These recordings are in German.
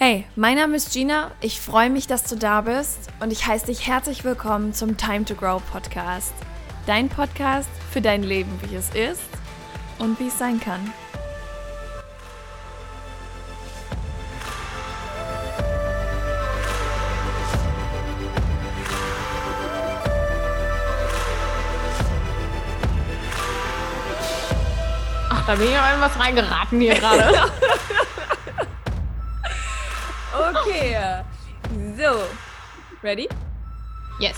Hey, mein Name ist Gina, ich freue mich, dass du da bist und ich heiße dich herzlich willkommen zum Time to Grow Podcast. Dein Podcast für dein Leben, wie es ist und wie es sein kann. Ach, da bin ich auch in was reingeraten hier gerade. Okay, so, ready? Yes.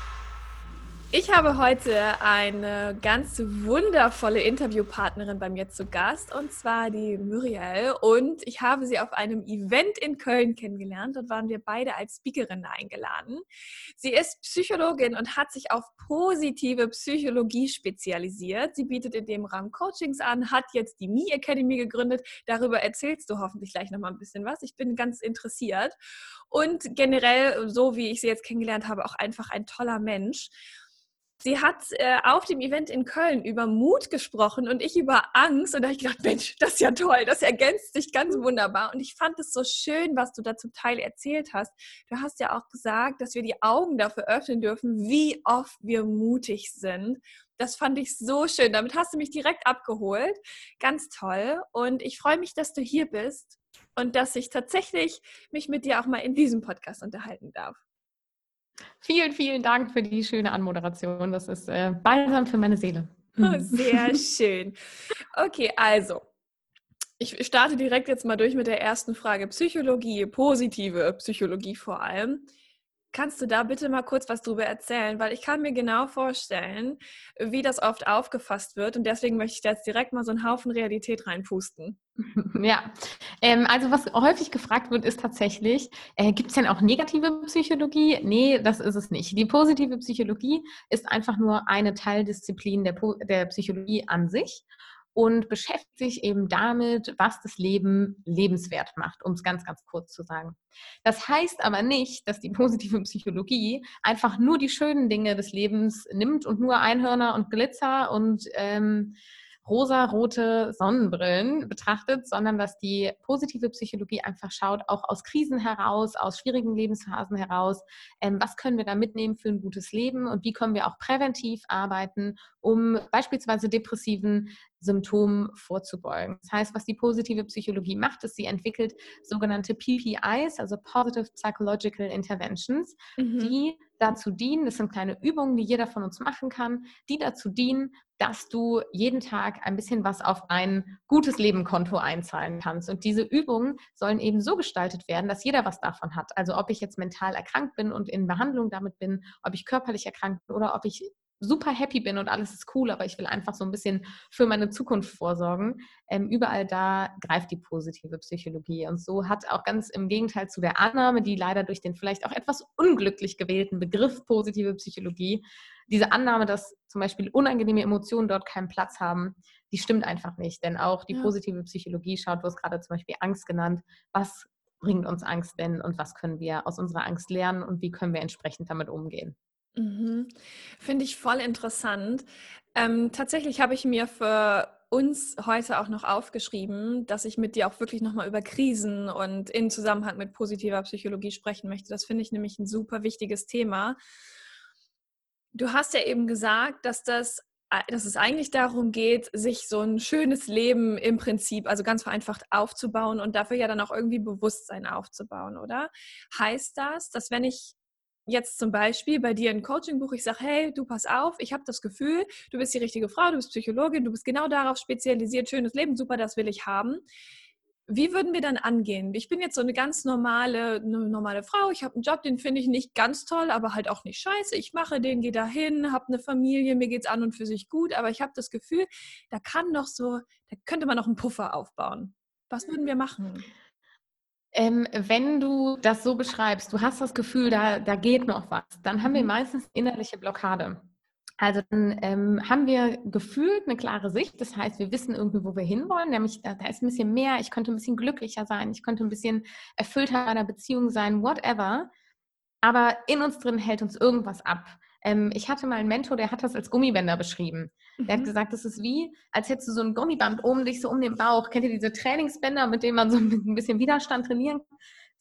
Ich habe heute eine ganz wundervolle Interviewpartnerin bei mir zu Gast, und zwar die Muriel. Und ich habe sie auf einem Event in Köln kennengelernt. Dort waren wir beide als Speakerin eingeladen. Sie ist Psychologin und hat sich auf positive Psychologie spezialisiert. Sie bietet in dem Rahmen Coachings an, hat jetzt die Me Academy gegründet. Darüber erzählst du hoffentlich gleich nochmal ein bisschen was. Ich bin ganz interessiert. Und generell, so wie ich sie jetzt kennengelernt habe, auch einfach ein toller Mensch. Sie hat auf dem Event in Köln über Mut gesprochen und ich über Angst. Und da habe ich gedacht, Mensch, das ist ja toll, das ergänzt sich ganz wunderbar. Und ich fand es so schön, was du da zum Teil erzählt hast. Du hast ja auch gesagt, dass wir die Augen dafür öffnen dürfen, wie oft wir mutig sind. Das fand ich so schön. Damit hast du mich direkt abgeholt. Ganz toll. Und ich freue mich, dass du hier bist und dass ich tatsächlich mich mit dir auch mal in diesem Podcast unterhalten darf. Vielen, vielen Dank für die schöne Anmoderation. Das ist balsam für meine Seele. Sehr schön. Okay, also, ich starte direkt jetzt mal durch mit der ersten Frage. Psychologie, positive Psychologie vor allem. Kannst du da bitte mal kurz was drüber erzählen? Weil ich kann mir genau vorstellen, wie das oft aufgefasst wird. Und deswegen möchte ich da jetzt direkt mal so einen Haufen Realität reinpusten. Ja, also was häufig gefragt wird, ist tatsächlich, gibt es denn auch negative Psychologie? Nee, das ist es nicht. Die positive Psychologie ist einfach nur eine Teildisziplin der Psychologie an sich und beschäftigt sich eben damit, was das Leben lebenswert macht, um es ganz, ganz kurz zu sagen. Das heißt aber nicht, dass die positive Psychologie einfach nur die schönen Dinge des Lebens nimmt und nur Einhörner und Glitzer und rosa-rote Sonnenbrillen betrachtet, sondern dass die positive Psychologie einfach schaut, auch aus Krisen heraus, aus schwierigen Lebensphasen heraus, was können wir da mitnehmen für ein gutes Leben und wie können wir auch präventiv arbeiten, um beispielsweise depressiven Symptomen vorzubeugen. Das heißt, was die positive Psychologie macht, ist, sie entwickelt sogenannte PPIs, also Positive Psychological Interventions, die dazu dienen, das sind kleine Übungen, die jeder von uns machen kann, die dazu dienen, dass du jeden Tag ein bisschen was auf ein gutes Leben-Konto einzahlen kannst. Und diese Übungen sollen eben so gestaltet werden, dass jeder was davon hat. Also ob ich jetzt mental erkrankt bin und in Behandlung damit bin, ob ich körperlich erkrankt bin oder ob ich super happy bin und alles ist cool, aber ich will einfach so ein bisschen für meine Zukunft vorsorgen. Überall da greift die positive Psychologie. Und so hat auch ganz im Gegenteil zu der Annahme, die leider durch den vielleicht auch etwas unglücklich gewählten Begriff positive Psychologie, diese Annahme, dass zum Beispiel unangenehme Emotionen dort keinen Platz haben, die stimmt einfach nicht. Denn auch die positive Psychologie schaut, du hast gerade zum Beispiel Angst genannt, was bringt uns Angst denn und was können wir aus unserer Angst lernen und wie können wir entsprechend damit umgehen. Finde ich voll interessant. Tatsächlich habe ich mir für uns heute auch noch aufgeschrieben, dass ich mit dir auch wirklich nochmal über Krisen und in Zusammenhang mit positiver Psychologie sprechen möchte. Das finde ich nämlich ein super wichtiges Thema. Du hast ja eben gesagt, dass es eigentlich darum geht, sich so ein schönes Leben im Prinzip, also ganz vereinfacht aufzubauen und dafür ja dann auch irgendwie Bewusstsein aufzubauen, oder? Heißt das, dass wenn ich jetzt zum Beispiel bei dir ein Coaching buche, ich sage, hey, du pass auf, ich habe das Gefühl, du bist die richtige Frau, du bist Psychologin, du bist genau darauf spezialisiert, schönes Leben, super, das will ich haben. Wie würden wir dann angehen? Ich bin jetzt so eine ganz normale Frau, ich habe einen Job, den finde ich nicht ganz toll, aber halt auch nicht scheiße. Ich mache den, gehe dahin, habe eine Familie, mir geht's an und für sich gut, aber ich habe das Gefühl, da könnte man noch einen Puffer aufbauen. Was würden wir machen? Wenn du das so beschreibst, du hast das Gefühl, da geht noch was, dann haben wir meistens innerliche Blockade. Also dann haben wir gefühlt eine klare Sicht. Das heißt, wir wissen irgendwie, wo wir hinwollen. Nämlich, da ist ein bisschen mehr, ich könnte ein bisschen glücklicher sein, ich könnte ein bisschen erfüllter in einer Beziehung sein, whatever. Aber in uns drin hält uns irgendwas ab. Ich hatte mal einen Mentor, der hat das als Gummibänder beschrieben. Der hat gesagt, das ist wie, als hättest du so ein Gummiband dich so um den Bauch. Kennt ihr diese Trainingsbänder, mit denen man so ein bisschen Widerstand trainieren kann?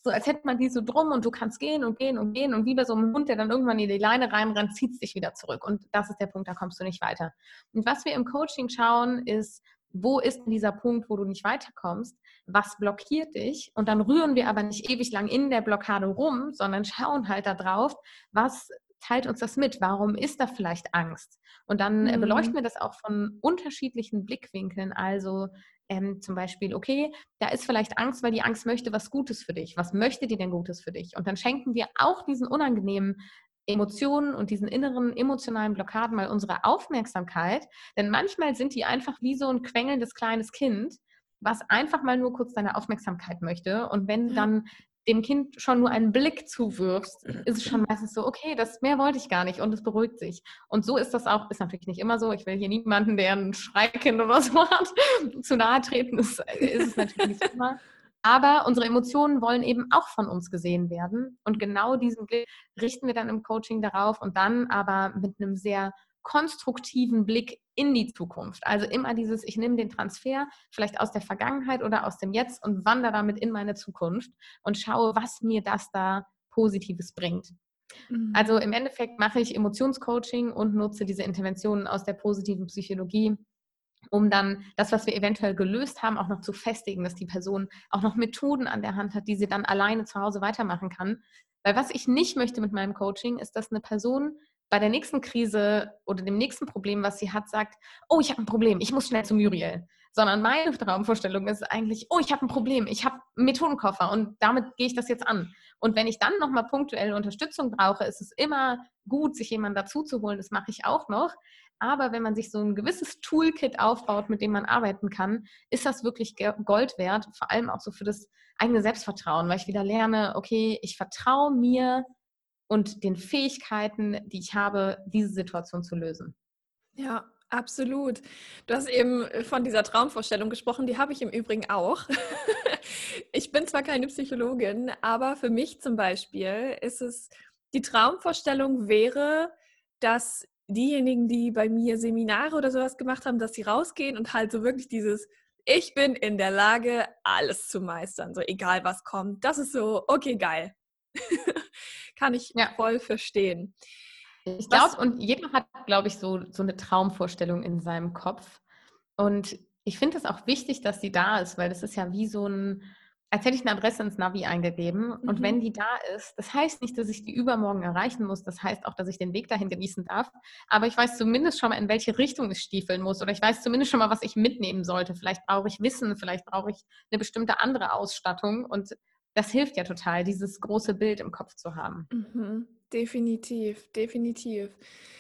so als hätte man die so drum und du kannst gehen und gehen und gehen und wie bei so einem Hund, der dann irgendwann in die Leine reinrennt, zieht es dich wieder zurück und das ist der Punkt, da kommst du nicht weiter. Und was wir im Coaching schauen, ist, wo ist dieser Punkt, wo du nicht weiterkommst? Was blockiert dich? Und dann rühren wir aber nicht ewig lang in der Blockade rum, sondern schauen halt da drauf, was teilt uns das mit? Warum ist da vielleicht Angst? Und dann beleuchten wir das auch von unterschiedlichen Blickwinkeln. Also zum Beispiel, okay, da ist vielleicht Angst, weil die Angst möchte was Gutes für dich. Was möchte die denn Gutes für dich? Und dann schenken wir auch diesen unangenehmen Emotionen und diesen inneren emotionalen Blockaden mal unsere Aufmerksamkeit. Denn manchmal sind die einfach wie so ein quengelndes kleines Kind, was einfach mal nur kurz deine Aufmerksamkeit möchte. Und wenn du dann dem Kind schon nur einen Blick zuwirfst, ist es schon meistens so, okay, das mehr wollte ich gar nicht und es beruhigt sich. Und so ist das auch, ist natürlich nicht immer so. Ich will hier niemanden, der ein Schreikind oder so hat, zu nahe treten, ist es natürlich nicht immer. Aber unsere Emotionen wollen eben auch von uns gesehen werden. Und genau diesen Blick richten wir dann im Coaching darauf und dann aber mit einem sehr konstruktiven Blick in die Zukunft. Also immer dieses, ich nehme den Transfer vielleicht aus der Vergangenheit oder aus dem Jetzt und wandere damit in meine Zukunft und schaue, was mir das da Positives bringt. Also im Endeffekt mache ich Emotionscoaching und nutze diese Interventionen aus der positiven Psychologie, um dann das, was wir eventuell gelöst haben, auch noch zu festigen, dass die Person auch noch Methoden an der Hand hat, die sie dann alleine zu Hause weitermachen kann. Weil was ich nicht möchte mit meinem Coaching, ist, dass eine Person bei der nächsten Krise oder dem nächsten Problem, was sie hat, sagt, oh, ich habe ein Problem, ich muss schnell zu Muriel. Sondern meine Traumvorstellung ist eigentlich, oh, ich habe ein Problem, ich habe einen Methodenkoffer und damit gehe ich das jetzt an. Und wenn ich dann nochmal punktuell Unterstützung brauche, ist es immer gut, sich jemanden dazu zu holen, das mache ich auch noch. Aber wenn man sich so ein gewisses Toolkit aufbaut, mit dem man arbeiten kann, ist das wirklich Gold wert, vor allem auch so für das eigene Selbstvertrauen, weil ich wieder lerne, okay, ich vertraue mir und den Fähigkeiten, die ich habe, diese Situation zu lösen. Ja, absolut. Du hast eben von dieser Traumvorstellung gesprochen, die habe ich im Übrigen auch. Ich bin zwar keine Psychologin, aber für mich zum Beispiel ist es, die Traumvorstellung wäre, dass diejenigen, die bei mir Seminare oder sowas gemacht haben, dass sie rausgehen und halt so wirklich dieses, ich bin in der Lage, alles zu meistern, so egal was kommt. Das ist so, okay, geil. Kann ich Ja, voll verstehen. ich Was glaube, und jeder hat, glaube ich, so eine Traumvorstellung in seinem Kopf. Und ich finde es auch wichtig, dass sie da ist, weil das ist ja wie so ein, als hätte ich eine Adresse ins Navi eingegeben. Und Mhm. wenn die da ist, das heißt nicht, dass ich die übermorgen erreichen muss. Das heißt auch, dass ich den Weg dahin genießen darf. Aber ich weiß zumindest schon mal, in welche Richtung es stiefeln muss. Oder ich weiß zumindest schon mal, was ich mitnehmen sollte. Vielleicht brauche ich Wissen, vielleicht brauche ich eine bestimmte andere Ausstattung. Und das hilft ja total, dieses große Bild im Kopf zu haben. Mhm. Definitiv, definitiv.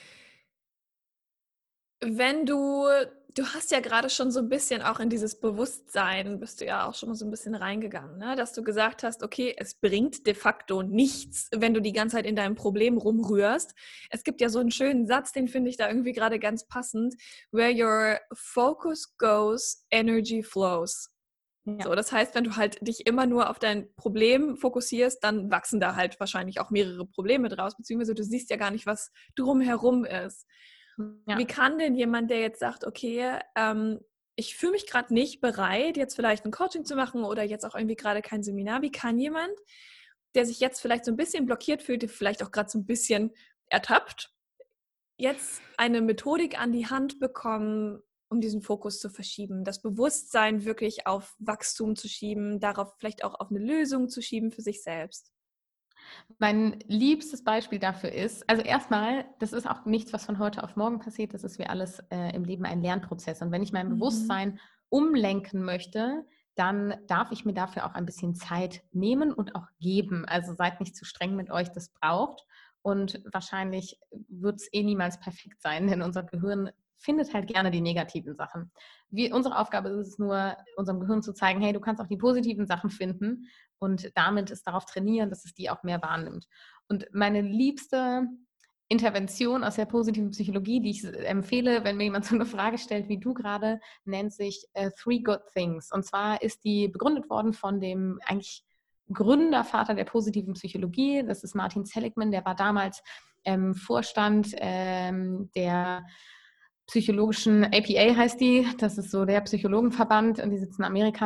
Wenn du hast ja gerade schon so ein bisschen auch in dieses Bewusstsein bist du ja auch schon mal so ein bisschen reingegangen, ne? Dass du gesagt hast: „Okay, es bringt de facto nichts, wenn du die ganze Zeit in deinem Problem rumrührst.“ Es gibt ja so einen schönen Satz, den finde ich da irgendwie gerade ganz passend: „Where your focus goes, energy flows.“ Ja. So, das heißt, wenn du halt dich immer nur auf dein Problem fokussierst, dann wachsen da halt wahrscheinlich auch mehrere Probleme draus, beziehungsweise du siehst ja gar nicht, was drumherum ist. Wie Ja. kann denn jemand, der jetzt sagt, okay, ich fühle mich gerade nicht bereit, jetzt vielleicht ein Coaching zu machen oder jetzt auch irgendwie gerade kein Seminar, wie kann jemand, der sich jetzt vielleicht so ein bisschen blockiert fühlt, der vielleicht auch gerade so ein bisschen ertappt, jetzt eine Methodik an die Hand bekommen, um diesen Fokus zu verschieben, das Bewusstsein wirklich auf Wachstum zu schieben, darauf vielleicht auch auf eine Lösung zu schieben für sich selbst? Mein liebstes Beispiel dafür ist, also erstmal, das ist auch nichts, was von heute auf morgen passiert, das ist wie alles im Leben ein Lernprozess. Und wenn ich mein Mhm. Bewusstsein umlenken möchte, dann darf ich mir dafür auch ein bisschen Zeit nehmen und auch geben. Also seid nicht zu streng mit euch, das braucht. Und wahrscheinlich wird es eh niemals perfekt sein, denn unser Gehirn findet halt gerne die negativen Sachen. Unsere Aufgabe ist es nur, unserem Gehirn zu zeigen, hey, du kannst auch die positiven Sachen finden und damit es darauf trainieren, dass es die auch mehr wahrnimmt. Und meine liebste Intervention aus der positiven Psychologie, die ich empfehle, wenn mir jemand so eine Frage stellt wie du gerade, nennt sich Three Good Things. Und zwar ist die begründet worden von dem eigentlich Gründervater der positiven Psychologie. Das ist Martin Seligman, der war damals Vorstand der psychologischen APA heißt die. Das ist so der Psychologenverband und die sitzt in Amerika.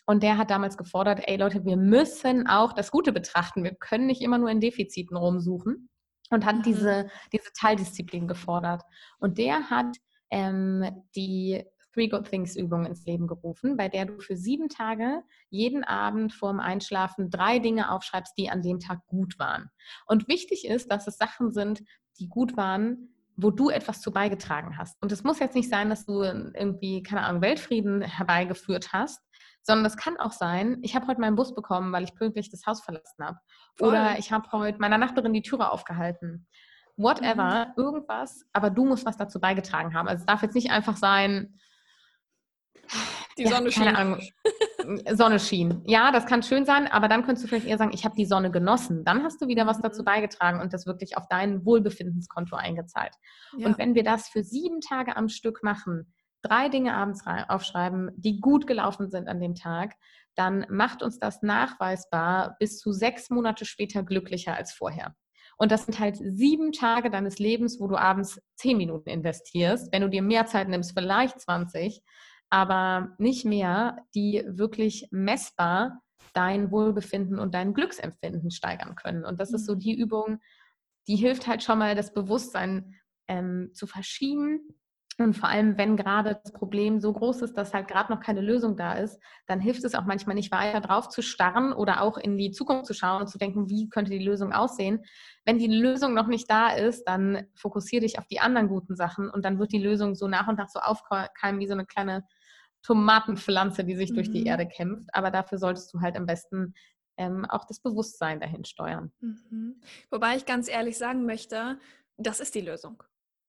Und der hat damals gefordert, ey Leute, wir müssen auch das Gute betrachten. Wir können nicht immer nur in Defiziten rumsuchen. Und hat diese Teildisziplin gefordert. Und der hat die Three Good Things Übung ins Leben gerufen, bei der du für 7 Tage jeden Abend vorm Einschlafen 3 Dinge aufschreibst, die an dem Tag gut waren. Und wichtig ist, dass es Sachen sind, die gut waren, wo du etwas zu beigetragen hast. Und es muss jetzt nicht sein, dass du irgendwie, keine Ahnung, Weltfrieden herbeigeführt hast, sondern es kann auch sein, ich habe heute meinen Bus bekommen, weil ich pünktlich das Haus verlassen habe. Oder ich habe heute meiner Nachbarin die Türe aufgehalten. Whatever, irgendwas, aber du musst was dazu beigetragen haben. Also es darf jetzt nicht einfach sein, die Sonne schien. Keine Ahnung, Sonne schien. Ja, das kann schön sein, aber dann könntest du vielleicht eher sagen, ich habe die Sonne genossen. Dann hast du wieder was dazu beigetragen und das wirklich auf dein Wohlbefindenskonto eingezahlt. Ja. Und wenn wir das für 7 Tage am Stück machen, 3 Dinge abends aufschreiben, die gut gelaufen sind an dem Tag, dann macht uns das nachweisbar bis zu 6 Monate später glücklicher als vorher. Und das sind halt 7 Tage deines Lebens, wo du abends 10 Minuten investierst. Wenn du dir mehr Zeit nimmst, vielleicht 20, aber nicht mehr, die wirklich messbar dein Wohlbefinden und dein Glücksempfinden steigern können. Und das ist so die Übung, die hilft halt schon mal, das Bewusstsein zu verschieben. Und vor allem, wenn gerade das Problem so groß ist, dass halt gerade noch keine Lösung da ist, dann hilft es auch manchmal nicht weiter drauf zu starren oder auch in die Zukunft zu schauen und zu denken, wie könnte die Lösung aussehen. Wenn die Lösung noch nicht da ist, dann fokussiere dich auf die anderen guten Sachen und dann wird die Lösung so nach und nach so aufkeimen wie so eine kleine Tomatenpflanze, die sich durch die Erde kämpft. Aber dafür solltest du halt am besten auch das Bewusstsein dahin steuern. Wobei ich ganz ehrlich sagen möchte, das ist die Lösung.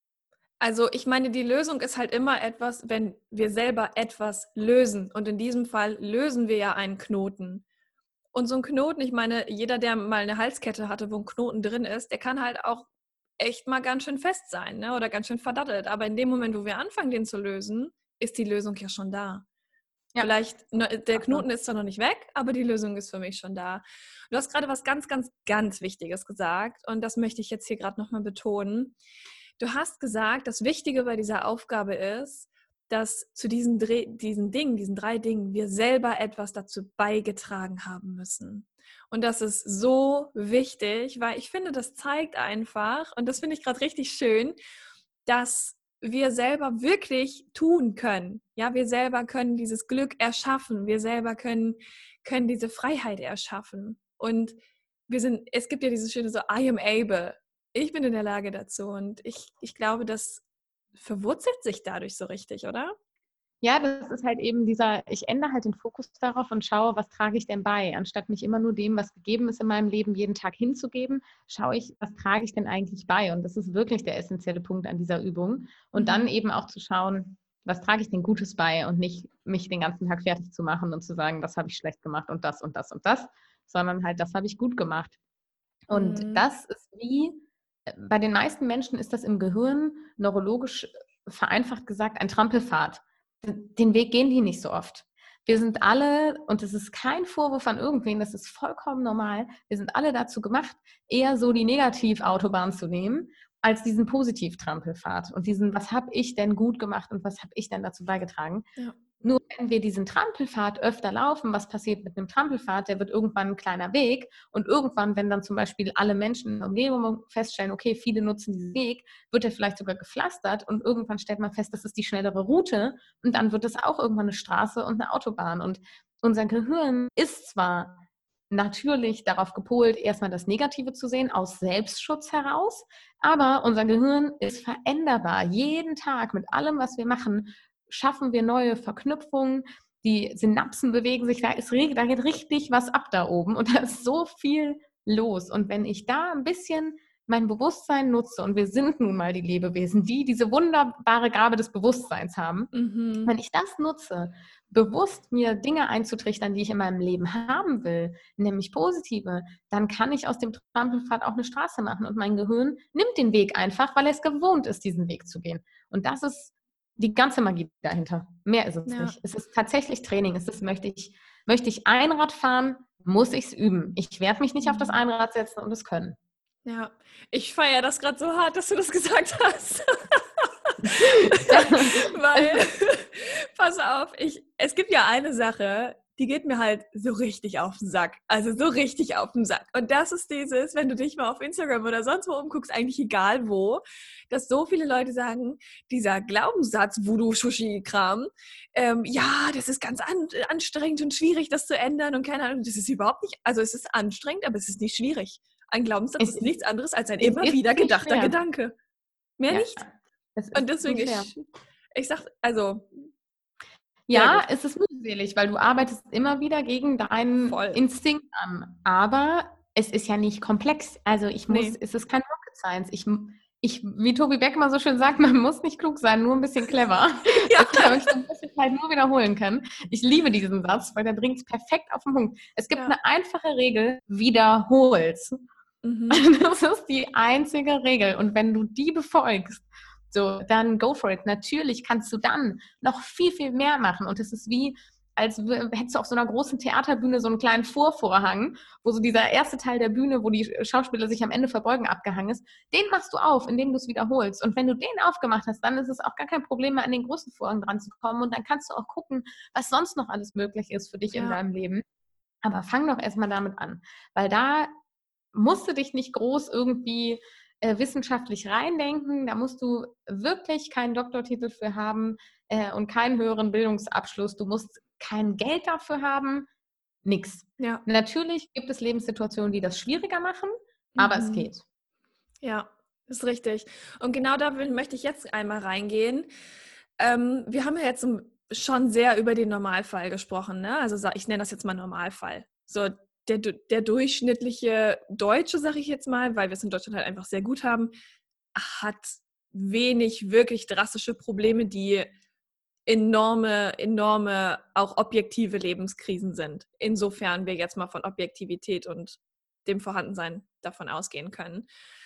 Also ich meine, die Lösung ist halt immer etwas, wenn wir selber etwas lösen. Und in diesem Fall lösen wir ja einen Knoten. Und so ein Knoten, ich meine, jeder, der mal eine Halskette hatte, wo ein Knoten drin ist, der kann halt auch echt mal ganz schön fest sein, ne? Oder ganz schön verdattelt. Aber in dem Moment, wo wir anfangen, den zu lösen, ist die Lösung ja schon da. Ja. Vielleicht, der Knoten ist zwar noch nicht weg, aber die Lösung ist für mich schon da. Du hast gerade was ganz, ganz, ganz Wichtiges gesagt und das möchte ich jetzt hier gerade nochmal betonen. Du hast gesagt, das Wichtige bei dieser Aufgabe ist, dass zu diesen 3 Dingen, wir selber etwas dazu beigetragen haben müssen. Und das ist so wichtig, weil ich finde, das zeigt einfach, und das finde ich gerade richtig schön, dass wir selber wirklich tun können. Ja, wir selber können dieses Glück erschaffen. Wir selber können diese Freiheit erschaffen. Und es gibt ja dieses schöne so, I am able. Ich bin in der Lage dazu. Und ich glaube, das verwurzelt sich dadurch so richtig, oder? Ja, das ist halt eben ich ändere halt den Fokus darauf und schaue, was trage ich denn bei? Anstatt mich immer nur dem, was gegeben ist in meinem Leben, jeden Tag hinzugeben, schaue ich, was trage ich denn eigentlich bei? Und das ist wirklich der essentielle Punkt an dieser Übung. Und dann eben auch zu schauen, was trage ich denn Gutes bei und nicht mich den ganzen Tag fertig zu machen und zu sagen, das habe ich schlecht gemacht und das und das und das, sondern halt, das habe ich gut gemacht. Und das ist bei den meisten Menschen ist das im Gehirn neurologisch vereinfacht gesagt ein Trampelpfad. Den Weg gehen die nicht so oft. Wir sind alle, und das ist kein Vorwurf an irgendwen, das ist vollkommen normal, wir sind alle dazu gemacht, eher so die Negativautobahn zu nehmen, als diesen Positiv-Trampelpfad und diesen, was habe ich denn gut gemacht und was habe ich denn dazu beigetragen. Ja. Nur wenn wir diesen Trampelpfad öfter laufen, was passiert mit einem Trampelpfad? Der wird irgendwann ein kleiner Weg und irgendwann, wenn dann zum Beispiel alle Menschen in der Umgebung feststellen, okay, viele nutzen diesen Weg, wird er vielleicht sogar gepflastert und irgendwann stellt man fest, das ist die schnellere Route und dann wird es auch irgendwann eine Straße und eine Autobahn. Und unser Gehirn ist zwar natürlich darauf gepolt, erstmal das Negative zu sehen, aus Selbstschutz heraus, aber unser Gehirn ist veränderbar. Jeden Tag mit allem, was wir machen, schaffen wir neue Verknüpfungen, die Synapsen bewegen sich, da geht richtig was ab da oben und da ist so viel los. Und wenn ich da ein bisschen mein Bewusstsein nutze, und wir sind nun mal die Lebewesen, die diese wunderbare Gabe des Bewusstseins haben, wenn ich das nutze, bewusst mir Dinge einzutrichtern, die ich in meinem Leben haben will, nämlich positive, dann kann ich aus dem Trampelpfad auch eine Straße machen und mein Gehirn nimmt den Weg einfach, weil es gewohnt ist, diesen Weg zu gehen. Und das ist die ganze Magie dahinter. Mehr ist es nicht. Es ist tatsächlich Training. Möchte ich Einrad fahren, muss ich es üben. Ich werde mich nicht auf das Einrad setzen und es können. Ja, ich feiere das gerade so hart, dass du das gesagt hast. Weil, pass auf, es gibt ja eine Sache, die geht mir halt so richtig auf den Sack. Also so richtig auf den Sack. Und das ist dieses, wenn du dich mal auf Instagram oder sonst wo umguckst, eigentlich egal wo, dass so viele Leute sagen, dieser Glaubenssatz, Voodoo-Shushi-Kram, ja, das ist ganz anstrengend und schwierig, das zu ändern und keine Ahnung, das ist überhaupt nicht, also es ist anstrengend, aber es ist nicht schwierig. Ein Glaubenssatz ist nichts anderes als ein es immer ist wieder nicht gedachter schwer. Gedanke. Mehr Ja, nicht. es Und ist deswegen, nicht schwer. ich sag, also, sehr Ja, gut. es ist mühselig, weil du arbeitest immer wieder gegen deinen Voll. Instinkt an. Aber es ist ja nicht komplex. Also Nee. es ist kein Rocket Science. Wie Tobi Beck immer so schön sagt, man muss nicht klug sein, nur ein bisschen clever. Ja. Das habe ich so ein bisschen halt nur wiederholen können. Ich liebe diesen Satz, weil der bringt es perfekt auf den Punkt. Es gibt Ja. eine einfache Regel, wiederhol's. Mhm. Das ist die einzige Regel. Und wenn du die befolgst, so, dann go for it. Natürlich kannst du dann noch viel, viel mehr machen. Und es ist wie, als hättest du auf so einer großen Theaterbühne so einen kleinen Vorvorhang, wo so dieser erste Teil der Bühne, wo die Schauspieler sich am Ende verbeugen, abgehangen ist. Den machst du auf, indem du es wiederholst. Und wenn du den aufgemacht hast, dann ist es auch gar kein Problem mehr, an den großen Vorhang dran zu kommen. Und dann kannst du auch gucken, was sonst noch alles möglich ist für dich in Ja. deinem Leben. Aber fang doch erstmal damit an. Weil da musst du dich nicht groß irgendwie wissenschaftlich reindenken. Da musst du wirklich keinen Doktortitel für haben und keinen höheren Bildungsabschluss. Du musst kein Geld dafür haben. Nix. Ja. Natürlich gibt es Lebenssituationen, die das schwieriger machen, aber es geht. Ja, ist richtig. Und genau da möchte ich jetzt einmal reingehen. Wir haben ja jetzt schon sehr über den Normalfall gesprochen, ne? Also ich nenne das jetzt mal Normalfall. So der durchschnittliche Deutsche, sage ich jetzt mal, weil wir es in Deutschland halt einfach sehr gut haben, hat wenig wirklich drastische Probleme, die enorme, auch objektive Lebenskrisen sind. Insofern wir jetzt mal von Objektivität und dem Vorhandensein davon ausgehen können.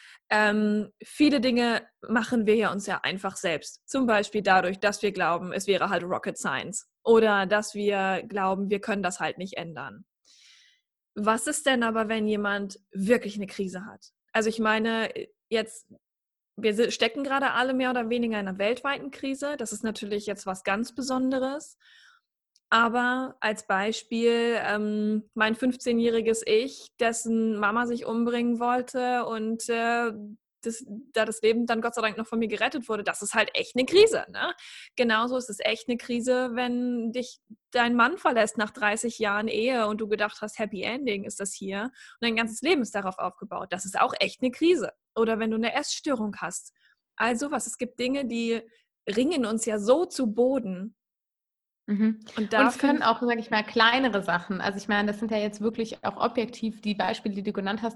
Viele Dinge machen wir ja uns ja einfach selbst. Zum Beispiel dadurch, dass wir glauben, es wäre halt Rocket Science. Oder dass wir glauben, wir können das halt nicht ändern. Was ist denn aber, wenn jemand wirklich eine Krise hat? Also ich meine, jetzt, wir stecken gerade alle mehr oder weniger in einer weltweiten Krise. Das ist natürlich jetzt was ganz Besonderes. Aber als Beispiel, mein 15-jähriges Ich, dessen Mama sich umbringen wollte und da das Leben dann Gott sei Dank noch von mir gerettet wurde, das ist halt echt eine Krise. Ne? Genauso ist es echt eine Krise, wenn dich dein Mann verlässt nach 30 Jahren Ehe und du gedacht hast, Happy Ending ist das hier und dein ganzes Leben ist darauf aufgebaut. Das ist auch echt eine Krise. Oder wenn du eine Essstörung hast. Also was, es gibt Dinge, die ringen uns ja so zu Boden. Und es können auch, sage ich mal, kleinere Sachen. Also ich meine, das sind ja jetzt wirklich auch objektiv die Beispiele, die du genannt hast,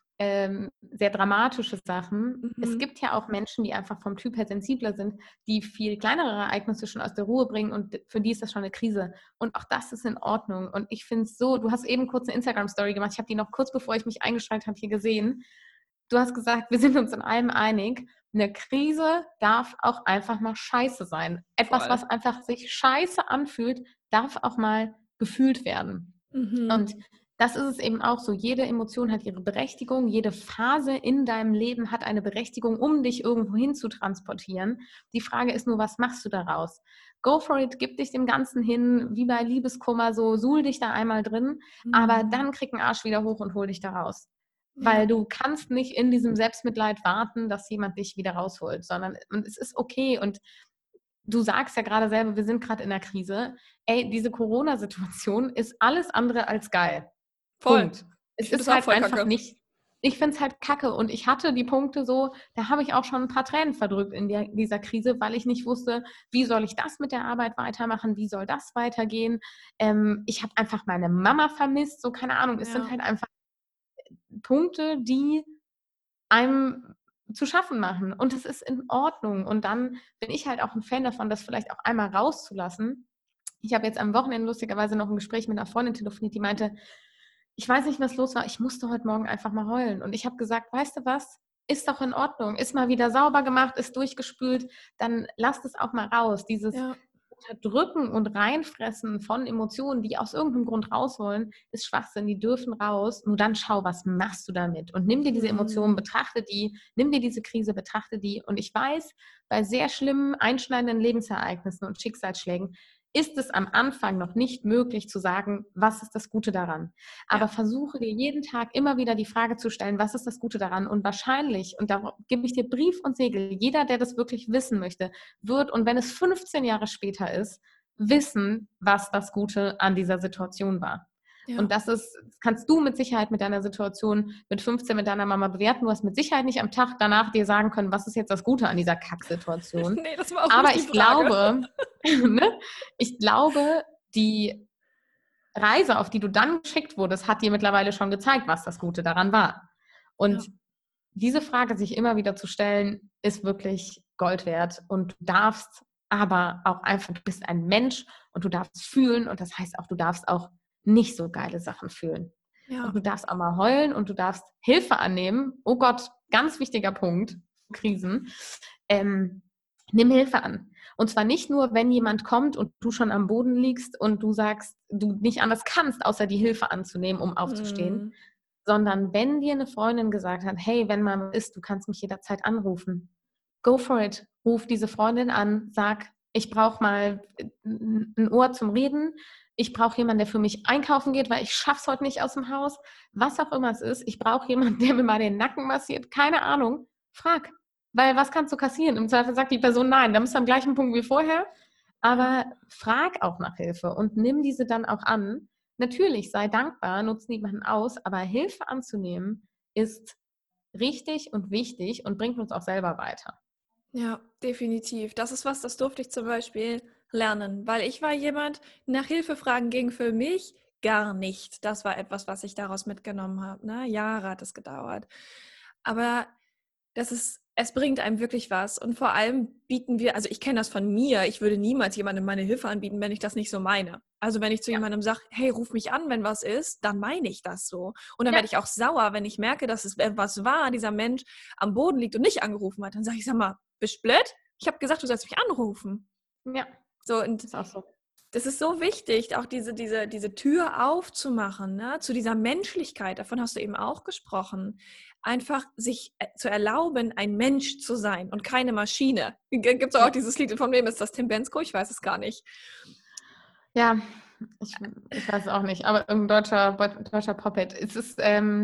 sehr dramatische Sachen. Es gibt ja auch Menschen, die einfach vom Typ her sensibler sind, die viel kleinere Ereignisse schon aus der Ruhe bringen und für die ist das schon eine Krise. Und auch das ist in Ordnung. Und ich finde es so, du hast eben kurz eine Instagram-Story gemacht, ich habe die noch kurz bevor ich mich eingeschaltet habe hier gesehen. Du hast gesagt, wir sind uns in allem einig, eine Krise darf auch einfach mal scheiße sein. Etwas, was einfach sich scheiße anfühlt, darf auch mal gefühlt werden. Und das ist es eben auch so. Jede Emotion hat ihre Berechtigung. Jede Phase in deinem Leben hat eine Berechtigung, um dich irgendwo hin zu transportieren. Die Frage ist nur, was machst du daraus? Go for it, gib dich dem Ganzen hin, wie bei Liebeskummer, so suhl dich da einmal drin, aber dann krieg einen Arsch wieder hoch und hol dich da raus. Weil du kannst nicht in diesem Selbstmitleid warten, dass jemand dich wieder rausholt, sondern es ist okay. Und du sagst ja gerade selber, wir sind gerade in der Krise. Ey, diese Corona-Situation ist alles andere als geil. Voll. Punkt. Es Ich finde ist das auch halt voll einfach kacke. nicht. Ich finde es halt kacke und ich hatte die Punkte so, da habe ich auch schon ein paar Tränen verdrückt in dieser Krise, weil ich nicht wusste, wie soll ich das mit der Arbeit weitermachen, wie soll das weitergehen. Ich habe einfach meine Mama vermisst, so keine Ahnung. Es sind halt einfach Punkte, die einem zu schaffen machen und es ist in Ordnung. Und dann bin ich halt auch ein Fan davon, das vielleicht auch einmal rauszulassen. Ich habe jetzt am Wochenende lustigerweise noch ein Gespräch mit einer Freundin telefoniert, die meinte, ich weiß nicht, was los war, ich musste heute Morgen einfach mal heulen. Und ich habe gesagt, weißt du was, ist doch in Ordnung, ist mal wieder sauber gemacht, ist durchgespült, dann lasst es auch mal raus. Dieses Unterdrücken und Reinfressen von Emotionen, die aus irgendeinem Grund raus wollen, ist Schwachsinn, die dürfen raus. Nur dann schau, was machst du damit? Und nimm dir diese Emotionen, betrachte die, nimm dir diese Krise, betrachte die. Und ich weiß, bei sehr schlimmen, einschneidenden Lebensereignissen und Schicksalsschlägen, ist es am Anfang noch nicht möglich zu sagen, was ist das Gute daran. Aber versuche dir jeden Tag immer wieder die Frage zu stellen, was ist das Gute daran? Und wahrscheinlich, und da gebe ich dir Brief und Segel, jeder, der das wirklich wissen möchte, wird, und wenn es 15 Jahre später ist, wissen, was das Gute an dieser Situation war. Ja. Und das kannst du mit Sicherheit mit deiner Situation mit 15 mit deiner Mama bewerten. Du hast mit Sicherheit nicht am Tag danach dir sagen können, was ist jetzt das Gute an dieser Kacksituation. Nee, das war auch Aber nicht die ich Frage. glaube, ne, ich glaube, die Reise, auf die du dann geschickt wurdest, hat dir mittlerweile schon gezeigt, was das Gute daran war. Und diese Frage sich immer wieder zu stellen, ist wirklich Gold wert. Und du darfst aber auch einfach, du bist ein Mensch und du darfst fühlen, und das heißt auch, du darfst auch nicht so geile Sachen fühlen. Ja. Und du darfst auch mal heulen und du darfst Hilfe annehmen. Oh Gott, ganz wichtiger Punkt, Krisen. Nimm Hilfe an. Und zwar nicht nur, wenn jemand kommt und du schon am Boden liegst und du sagst, du nicht anders kannst, außer die Hilfe anzunehmen, um aufzustehen, sondern wenn dir eine Freundin gesagt hat, hey, wenn mal was ist, du kannst mich jederzeit anrufen. Go for it. Ruf diese Freundin an, sag, ich brauche mal ein Ohr zum Reden. Ich brauche jemanden, der für mich einkaufen geht, weil ich schaff's heute nicht aus dem Haus. Was auch immer es ist. Ich brauche jemanden, der mir mal den Nacken massiert. Keine Ahnung. Frag. Weil was kannst du kassieren? Im Zweifel sagt die Person nein. Dann bist du am gleichen Punkt wie vorher. Aber frag auch nach Hilfe und nimm diese dann auch an. Natürlich, sei dankbar, nutz niemanden aus, aber Hilfe anzunehmen ist richtig und wichtig und bringt uns auch selber weiter. Ja, definitiv. Das ist was, das durfte ich zum Beispiel lernen, weil ich war jemand, nach Hilfe fragen ging für mich gar nicht. Das war etwas, was ich daraus mitgenommen habe. Ne? Jahre hat es gedauert. Aber es bringt einem wirklich was. Und vor allem bieten wir, also ich kenne das von mir, ich würde niemals jemandem meine Hilfe anbieten, wenn ich das nicht so meine. Also wenn ich zu jemandem sage, hey, ruf mich an, wenn was ist, dann meine ich das so. Und dann werde ich auch sauer, wenn ich merke, dass es etwas war, dieser Mensch am Boden liegt und nicht angerufen hat. Dann sage ich, sag mal, bist du blöd? Ich habe gesagt, du sollst mich anrufen. Ja, so, und ist auch so. Das ist so wichtig, auch diese Tür aufzumachen, ne? Zu dieser Menschlichkeit, davon hast du eben auch gesprochen. Einfach sich zu erlauben, ein Mensch zu sein und keine Maschine. Gibt es auch dieses Lied, von wem ist das? Tim Bendzko? Ich weiß es gar nicht. Ja, ich weiß es auch nicht, aber irgendein deutscher Pop-Hit. Es ist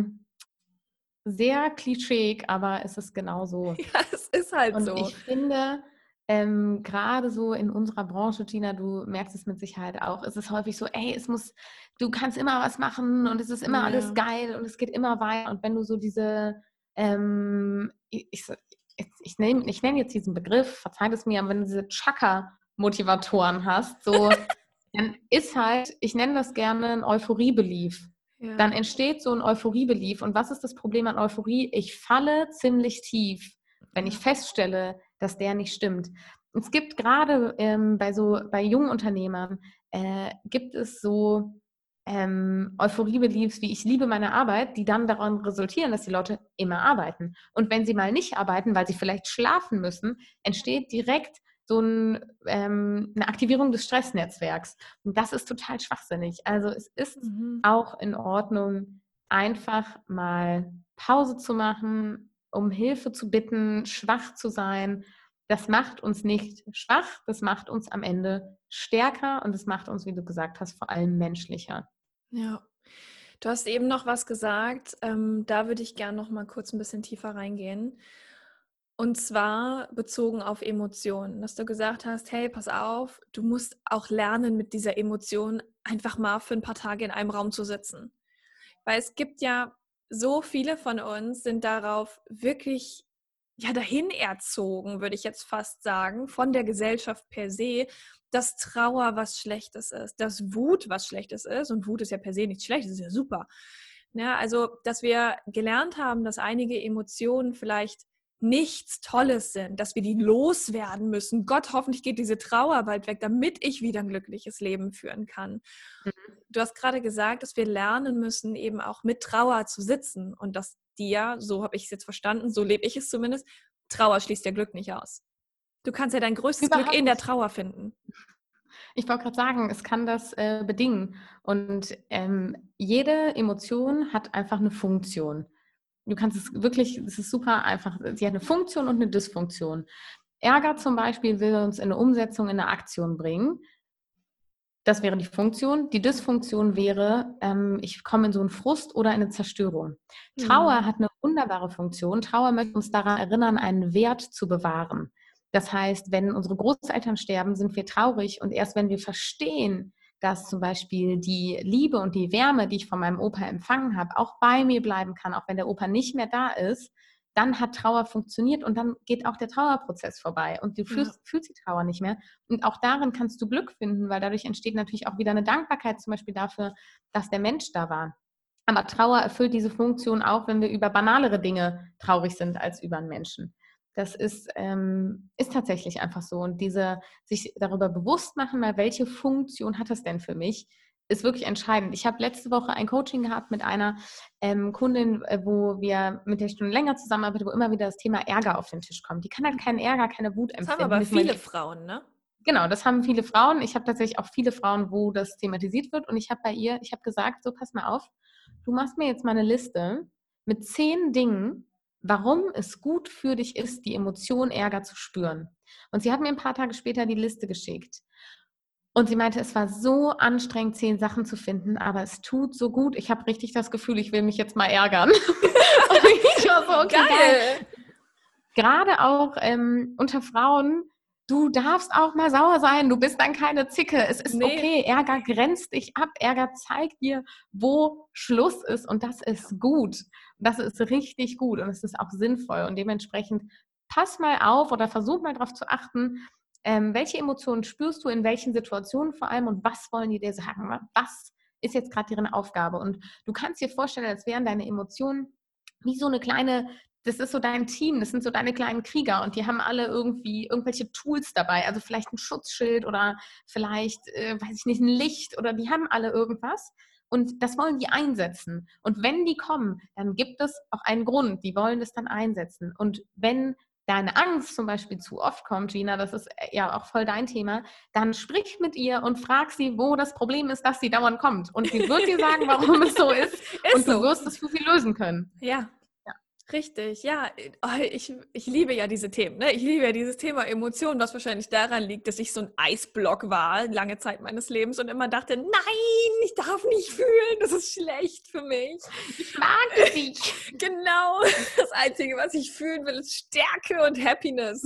sehr klischeeig, aber es ist genau so. Ja, es ist halt Und so. ich finde, gerade so in unserer Branche, Gina, du merkst es mit Sicherheit auch, es ist häufig so, ey, du kannst immer was machen und es ist immer alles geil und es geht immer weiter. Und wenn du so diese, ich nenne jetzt diesen Begriff, verzeiht es mir, aber wenn du diese Chakra-Motivatoren hast, so, dann ist halt, ich nenne das gerne ein Euphorie-Belief. Ja. Dann entsteht so ein Euphorie-Belief. Und was ist das Problem an Euphorie? Ich falle ziemlich tief, wenn ich feststelle, dass der nicht stimmt. Es gibt gerade bei jungen Unternehmern, gibt es so Euphorie-Beliefs wie ich liebe meine Arbeit, die dann daran resultieren, dass die Leute immer arbeiten. Und wenn sie mal nicht arbeiten, weil sie vielleicht schlafen müssen, entsteht direkt so eine Aktivierung des Stressnetzwerks. Und das ist total schwachsinnig. Also es ist auch in Ordnung, einfach mal Pause zu machen, um Hilfe zu bitten, schwach zu sein. Das macht uns nicht schwach, das macht uns am Ende stärker und das macht uns, wie du gesagt hast, vor allem menschlicher. Ja. Du hast eben noch was gesagt, da würde ich gerne noch mal kurz ein bisschen tiefer reingehen. Und zwar bezogen auf Emotionen, dass du gesagt hast, hey, pass auf, du musst auch lernen, mit dieser Emotion einfach mal für ein paar Tage in einem Raum zu sitzen. Weil es gibt ja so viele von uns, sind darauf wirklich dahin erzogen, würde ich jetzt fast sagen, von der Gesellschaft per se, dass Trauer was Schlechtes ist, dass Wut was Schlechtes ist. Und Wut ist ja per se nichts Schlechtes, ist ja super. Ja, also, dass wir gelernt haben, dass einige Emotionen vielleicht nichts Tolles sind, dass wir die loswerden müssen. Gott, hoffentlich geht diese Trauer bald weg, damit ich wieder ein glückliches Leben führen kann. Du hast gerade gesagt, dass wir lernen müssen, eben auch mit Trauer zu sitzen und dass so habe ich es jetzt verstanden, so lebe ich es zumindest, Trauer schließt ja Glück nicht aus. Du kannst ja dein größtes Glück in der Trauer finden. Ich wollte gerade sagen, es kann das bedingen. Und jede Emotion hat einfach eine Funktion. Du kannst es wirklich, es ist super einfach, sie hat eine Funktion und eine Dysfunktion. Ärger zum Beispiel will uns in eine Umsetzung, in eine Aktion bringen. Das wäre die Funktion. Die Dysfunktion wäre, ich komme in so einen Frust oder eine Zerstörung. Trauer hat eine wunderbare Funktion. Trauer möchte uns daran erinnern, einen Wert zu bewahren. Das heißt, wenn unsere Großeltern sterben, sind wir traurig und erst wenn wir verstehen, dass zum Beispiel die Liebe und die Wärme, die ich von meinem Opa empfangen habe, auch bei mir bleiben kann, auch wenn der Opa nicht mehr da ist, dann hat Trauer funktioniert und dann geht auch der Trauerprozess vorbei und du fühlst die Trauer nicht mehr. Und auch darin kannst du Glück finden, weil dadurch entsteht natürlich auch wieder eine Dankbarkeit zum Beispiel dafür, dass der Mensch da war. Aber Trauer erfüllt diese Funktion auch, wenn wir über banalere Dinge traurig sind als über einen Menschen. Das ist tatsächlich einfach so. Und sich darüber bewusst machen, mal, welche Funktion hat das denn für mich, ist wirklich entscheidend. Ich habe letzte Woche ein Coaching gehabt mit einer Kundin, mit der ich schon länger zusammenarbeite, wo immer wieder das Thema Ärger auf den Tisch kommt. Die kann halt keinen Ärger, keine Wut empfinden. Das haben aber viele Frauen, ne? Genau, das haben viele Frauen. Ich habe tatsächlich auch viele Frauen, wo das thematisiert wird. Und ich habe gesagt, so pass mal auf, du machst mir jetzt mal eine Liste mit 10 Dingen, warum es gut für dich ist, die Emotion Ärger zu spüren. Und sie hat mir ein paar Tage später die Liste geschickt. Und sie meinte, es war so anstrengend, 10 Sachen zu finden, aber es tut so gut. Ich habe richtig das Gefühl, ich will mich jetzt mal ärgern. Und ich war so, okay, geil. Gerade auch unter Frauen, du darfst auch mal sauer sein, du bist dann keine Zicke. Es ist okay, Ärger grenzt dich ab, Ärger zeigt dir, wo Schluss ist und das ist gut. Das ist richtig gut und es ist auch sinnvoll und dementsprechend pass mal auf oder versuch mal darauf zu achten, welche Emotionen spürst du in welchen Situationen vor allem und was wollen die dir sagen? Was ist jetzt gerade deren Aufgabe? Und du kannst dir vorstellen, als wären deine Emotionen wie so eine kleine, das ist so dein Team, das sind so deine kleinen Krieger und die haben alle irgendwie irgendwelche Tools dabei, also vielleicht ein Schutzschild oder vielleicht, weiß ich nicht, ein Licht oder die haben alle irgendwas und das wollen die einsetzen. Und wenn die kommen, dann gibt es auch einen Grund, die wollen das dann einsetzen. Und wenn deine Angst zum Beispiel zu oft kommt, Gina, das ist ja auch voll dein Thema, dann sprich mit ihr und frag sie, wo das Problem ist, dass sie dauernd kommt. Und sie wird dir sagen, warum es so ist und du wirst es für sie lösen können. Ja. Richtig, ja. Ich liebe ja diese Themen. Ne? Ich liebe ja dieses Thema Emotionen, was wahrscheinlich daran liegt, dass ich so ein Eisblock war, lange Zeit meines Lebens und immer dachte, nein, ich darf nicht fühlen, das ist schlecht für mich. Ich mag es nicht. Genau, das Einzige, was ich fühlen will, ist Stärke und Happiness.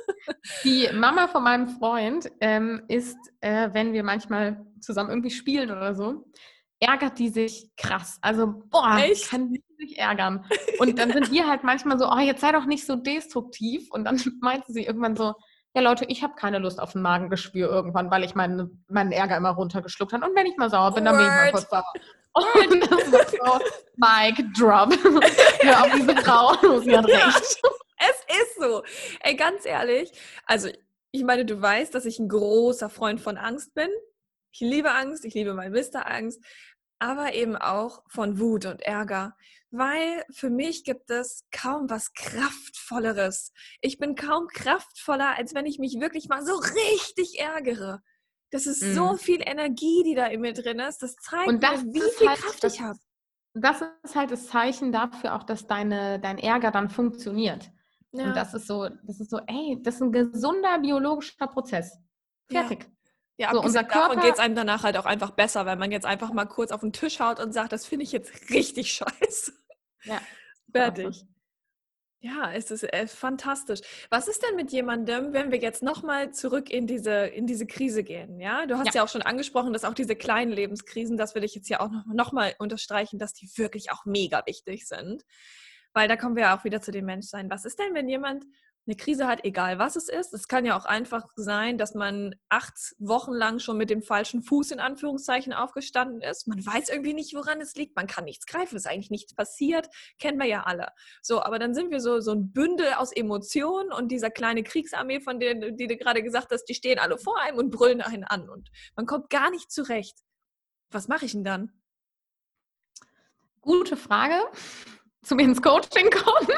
Die Mama von meinem Freund ist, wenn wir manchmal zusammen irgendwie spielen oder so, ärgert die sich krass. Also, kann die sich ärgern. Und dann sind wir halt manchmal so, jetzt sei doch nicht so destruktiv. Und dann meinte sie irgendwann so, ja Leute, ich habe keine Lust auf ein Magengeschwür irgendwann, weil ich meinen Ärger immer runtergeschluckt habe. Und wenn ich mal sauer bin, dann bin ich mal kurz sauer. Und das war so, Mic drop. Hör auf diese Frau, sie hat recht. Es ist so. Ey, ganz ehrlich, also ich meine, du weißt, dass ich ein großer Freund von Angst bin. Ich liebe Angst, ich liebe mein Mister Angst, aber eben auch von Wut und Ärger, weil für mich gibt es kaum was Kraftvolleres. Ich bin kaum kraftvoller, als wenn ich mich wirklich mal so richtig ärgere. Das ist so viel Energie, die da in mir drin ist. Das zeigt mir, wie viel Kraft ich habe. Das ist halt das Zeichen dafür auch, dass dein Ärger dann funktioniert. Ja. Und das ist so, das ist ein gesunder biologischer Prozess. Fertig. Ja, so, unser Körper, davon geht es einem danach halt auch einfach besser, weil man jetzt einfach mal kurz auf den Tisch haut und sagt, das finde ich jetzt richtig scheiße. Ja. Fertig. Ja, es ist fantastisch. Was ist denn mit jemandem, wenn wir jetzt nochmal zurück in diese Krise gehen? Ja, du hast ja auch schon angesprochen, dass auch diese kleinen Lebenskrisen, das will ich jetzt ja auch noch mal unterstreichen, dass die wirklich auch mega wichtig sind. Weil da kommen wir ja auch wieder zu dem Menschsein. Was ist denn, wenn jemand eine Krise hat, egal was es ist? Es kann ja auch einfach sein, dass man 8 Wochen lang schon mit dem falschen Fuß in Anführungszeichen aufgestanden ist. Man weiß irgendwie nicht, woran es liegt. Man kann nichts greifen, es ist eigentlich nichts passiert. Kennen wir ja alle. So, aber dann sind wir so ein Bündel aus Emotionen und dieser kleine Kriegsarmee, von denen, die du gerade gesagt hast, die stehen alle vor einem und brüllen einen an und man kommt gar nicht zurecht. Was mache ich denn dann? Gute Frage. Zu mir ins Coaching kommen.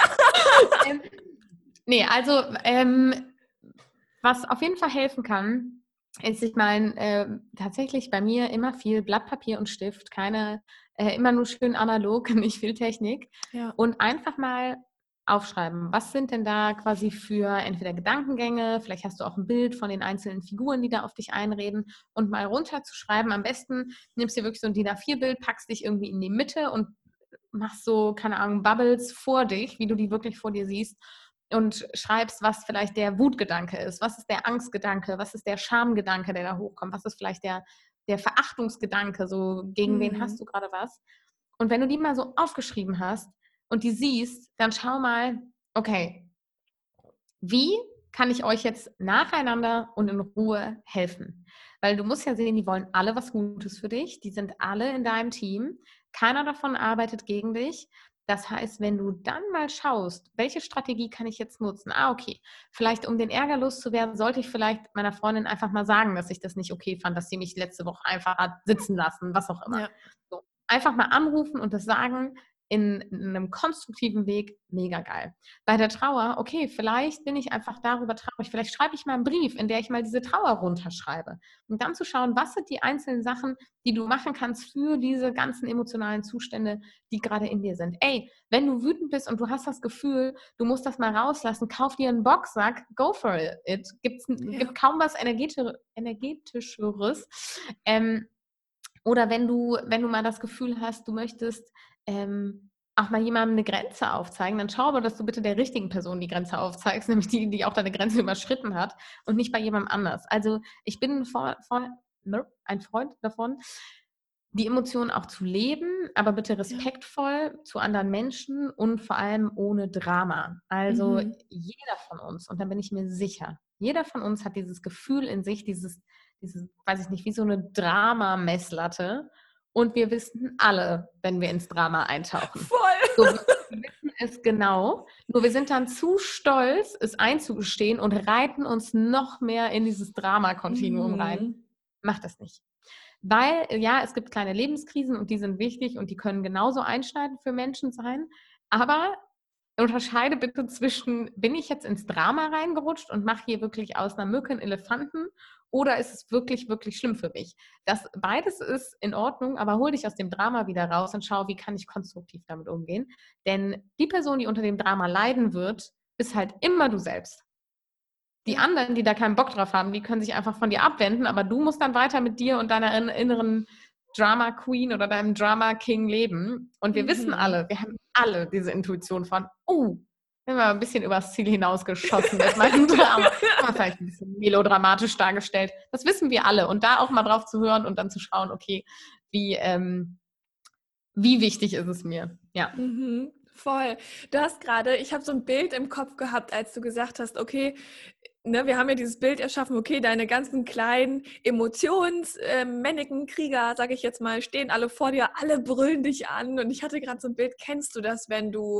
Was auf jeden Fall helfen kann, ist, ich meine, tatsächlich bei mir immer viel Blatt Papier und Stift, immer nur schön analog, nicht viel Technik. Ja. Und einfach mal aufschreiben. Was sind denn da quasi für entweder Gedankengänge, vielleicht hast du auch ein Bild von den einzelnen Figuren, die da auf dich einreden, und mal runterzuschreiben. Am besten nimmst du dir wirklich so ein DIN A4-Bild, packst dich irgendwie in die Mitte und machst so, keine Ahnung, Bubbles vor dich, wie du die wirklich vor dir siehst, und schreibst, was vielleicht der Wutgedanke ist, was ist der Angstgedanke, was ist der Schamgedanke, der da hochkommt, was ist vielleicht der Verachtungsgedanke, so gegen wen hast du gerade was. Und wenn du die mal so aufgeschrieben hast und die siehst, dann schau mal, okay, wie kann ich euch jetzt nacheinander und in Ruhe helfen? Weil du musst ja sehen, die wollen alle was Gutes für dich, die sind alle in deinem Team, keiner davon arbeitet gegen dich. Das heißt, wenn du dann mal schaust, welche Strategie kann ich jetzt nutzen? Okay, vielleicht um den Ärger loszuwerden, sollte ich vielleicht meiner Freundin einfach mal sagen, dass ich das nicht okay fand, dass sie mich letzte Woche einfach hat sitzen lassen, was auch immer. Ja. So, einfach mal anrufen und das sagen in einem konstruktiven Weg, mega geil. Bei der Trauer, okay, vielleicht bin ich einfach darüber traurig, vielleicht schreibe ich mal einen Brief, in der ich mal diese Trauer runterschreibe. Und dann zu schauen, was sind die einzelnen Sachen, die du machen kannst für diese ganzen emotionalen Zustände, die gerade in dir sind. Ey, wenn du wütend bist und du hast das Gefühl, du musst das mal rauslassen, kauf dir einen Boxsack, go for it. Gibt kaum was energetischeres. Oder wenn du mal das Gefühl hast, du möchtest auch mal jemandem eine Grenze aufzeigen, dann schau aber, dass du bitte der richtigen Person die Grenze aufzeigst, nämlich die auch deine Grenze überschritten hat und nicht bei jemandem anders. Also ich bin ein Freund davon, die Emotionen auch zu leben, aber bitte respektvoll zu anderen Menschen und vor allem ohne Drama. Also jeder von uns, und da bin ich mir sicher, jeder von uns hat dieses Gefühl in sich, dieses, weiß ich nicht, wie so eine Drama-Messlatte. Und wir wissen alle, wenn wir ins Drama eintauchen. Voll! So, wir wissen es genau, nur wir sind dann zu stolz, es einzugestehen und reiten uns noch mehr in dieses Drama-Kontinuum rein. Mach das nicht. Weil, ja, es gibt kleine Lebenskrisen und die sind wichtig und die können genauso einschneidend für Menschen sein. Aber unterscheide bitte zwischen, bin ich jetzt ins Drama reingerutscht und mache hier wirklich aus einer Mücke einen Elefanten, oder ist es wirklich, wirklich schlimm für mich? Beides ist in Ordnung, aber hol dich aus dem Drama wieder raus und schau, wie kann ich konstruktiv damit umgehen. Denn die Person, die unter dem Drama leiden wird, ist halt immer du selbst. Die anderen, die da keinen Bock drauf haben, die können sich einfach von dir abwenden, aber du musst dann weiter mit dir und deiner inneren Drama Queen oder deinem Drama King leben. Und wir wissen alle, wir haben alle diese Intuition von, wenn wir ein bisschen übers Ziel hinausgeschossen mit meinem Drama, aber vielleicht ein bisschen melodramatisch dargestellt. Das wissen wir alle. Und da auch mal drauf zu hören und dann zu schauen, okay, wie wichtig ist es mir? Ja. Voll. Du hast gerade, ich habe so ein Bild im Kopf gehabt, als du gesagt hast, okay, ne, wir haben ja dieses Bild erschaffen, okay, deine ganzen kleinen emotionsmännigen Krieger, sage ich jetzt mal, stehen alle vor dir, alle brüllen dich an. Und ich hatte gerade so ein Bild, kennst du das, wenn du